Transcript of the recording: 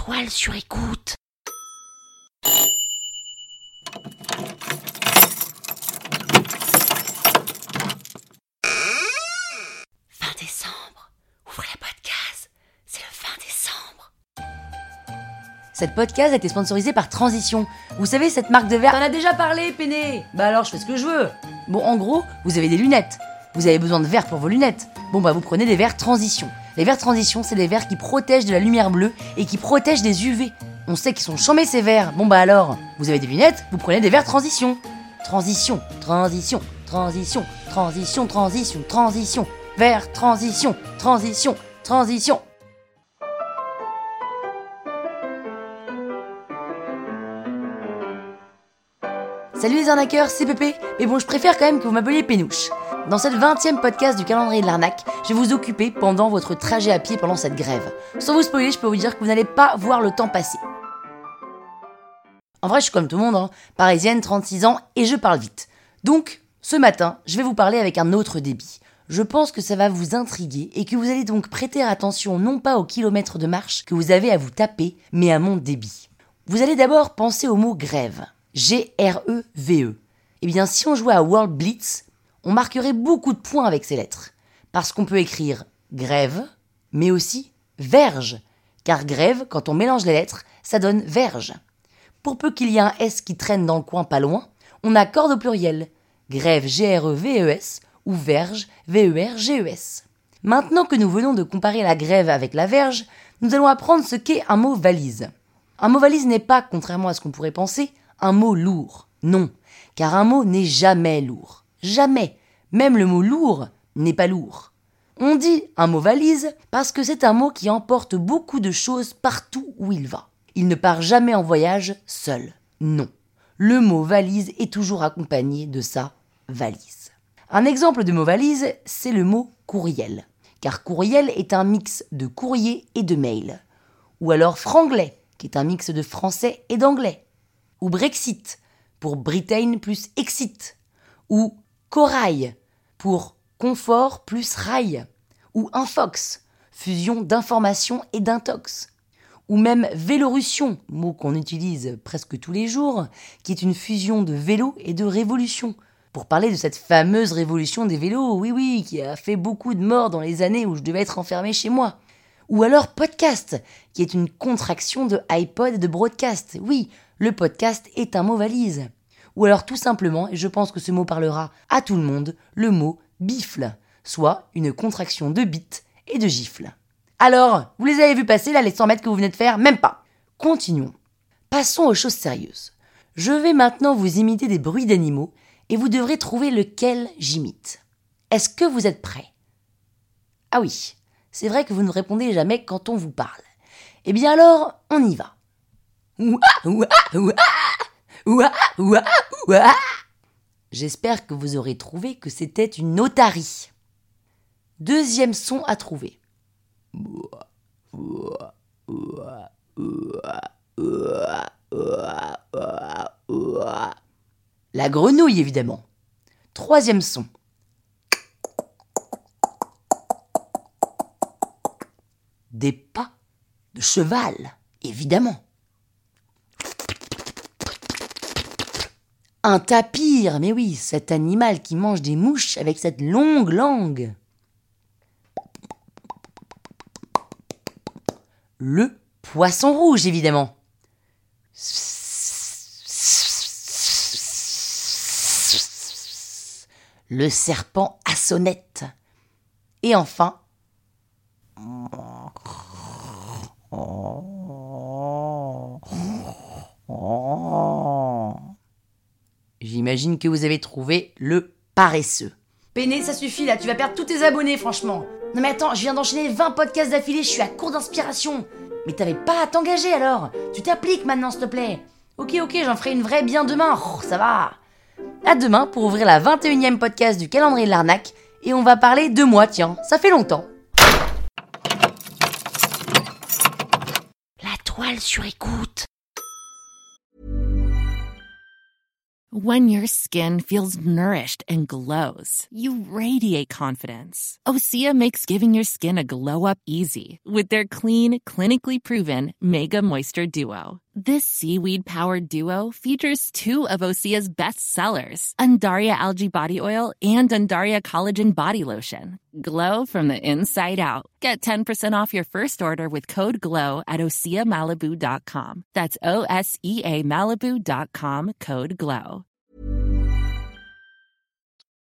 toile sur écoute. Fin décembre, ouvrez la podcast, c'est le fin décembre. Cette podcast a été sponsorisée par Transition. Vous savez, cette marque de verre... T'en as déjà parlé, Péné. Bah alors, je fais ce que je veux. Bon, en gros, vous avez des lunettes. Vous avez besoin de verre pour vos lunettes. Bon bah, vous prenez des verres Transition. Les verres Transition, c'est des verres qui protègent de la lumière bleue et qui protègent des UV. On sait qu'ils sont chambés ces verres. Bon bah alors, vous avez des lunettes, vous prenez des verres Transition. Transition, transition, transition, transition, transition, transition. Verre Transition, transition, transition. Salut les arnaqueurs, c'est Pépé, mais bon, je préfère quand même que vous m'appeliez Pénouche. Dans cette 20e podcast du calendrier de l'arnaque, je vais vous occuper pendant votre trajet à pied pendant cette grève. Sans vous spoiler, je peux vous dire que vous n'allez pas voir le temps passer. En vrai, je suis comme tout le monde, parisienne, 36 ans, et je parle vite. Donc, ce matin, je vais vous parler avec un autre débit. Je pense que ça va vous intriguer et que vous allez donc prêter attention non pas aux kilomètres de marche que vous avez à vous taper, mais à mon débit. Vous allez d'abord penser au mot grève. G-R-E-V-E. Eh bien, si on jouait à World Blitz, on marquerait beaucoup de points avec ces lettres. Parce qu'on peut écrire grève, mais aussi verge. Car grève, quand on mélange les lettres, ça donne verge. Pour peu qu'il y ait un S qui traîne dans le coin pas loin, on accorde au pluriel. Grève, G-R-E-V-E-S, ou verge, V-E-R-G-E-S. Maintenant que nous venons de comparer la grève avec la verge, nous allons apprendre ce qu'est un mot valise. Un mot valise n'est pas, contrairement à ce qu'on pourrait penser, un mot lourd. Non, car un mot n'est jamais lourd. Jamais. Même le mot lourd n'est pas lourd. On dit un mot valise parce que c'est un mot qui emporte beaucoup de choses partout où il va. Il ne part jamais en voyage seul. Non. Le mot valise est toujours accompagné de sa valise. Un exemple de mot valise, c'est le mot courriel. Car courriel est un mix de courrier et de mail. Ou alors franglais, qui est un mix de français et d'anglais. Ou Brexit, pour Britain plus exit. Ou corail, pour confort plus rail. Ou infox, fusion d'information et d'intox. Ou même Vélorussion, mot qu'on utilise presque tous les jours, qui est une fusion de vélo et de révolution. Pour parler de cette fameuse révolution des vélos, oui, qui a fait beaucoup de morts dans les années où je devais être enfermé chez moi. Ou alors podcast, qui est une contraction de iPod et de broadcast. Oui, le podcast est un mot valise. Ou alors tout simplement, et je pense que ce mot parlera à tout le monde, le mot bifle, soit une contraction de bite et de gifle. Alors, vous les avez vus passer là les 100 mètres que vous venez de faire? Même pas. Continuons. Passons aux choses sérieuses. Je vais maintenant vous imiter des bruits d'animaux et vous devrez trouver lequel j'imite. Est-ce que vous êtes prêts? Ah oui, c'est vrai que vous ne répondez jamais quand on vous parle. Eh bien alors, on y va. J'espère que vous aurez trouvé que c'était une otarie. Deuxième son à trouver. La grenouille, évidemment. Troisième son. Des pas de cheval, évidemment. Un tapir, mais oui, cet animal qui mange des mouches avec cette longue langue. Le poisson rouge, évidemment. Le serpent à sonnette. Et enfin... J'imagine que vous avez trouvé le paresseux. Péné, ça suffit là, tu vas perdre tous tes abonnés, franchement. Non mais attends, je viens d'enchaîner 20 podcasts d'affilée, je suis à court d'inspiration. Mais t'avais pas à t'engager alors. Tu t'appliques maintenant, s'il te plaît. Ok, j'en ferai une vraie bien demain. Oh, ça va. À demain pour ouvrir la 21e podcast du calendrier de l'arnaque. Et on va parler de moi, tiens, ça fait longtemps. La toile sur écoute. When your skin feels nourished and glows, you radiate confidence. Osea makes giving your skin a glow up easy with their clean, clinically proven Mega Moisture Duo. This seaweed-powered duo features two of Osea's best sellers, Undaria Algae Body Oil and Undaria Collagen Body Lotion. Glow from the inside out. Get 10% off your first order with code GLOW at OseaMalibu.com. That's OSEA Malibu.com, code GLOW.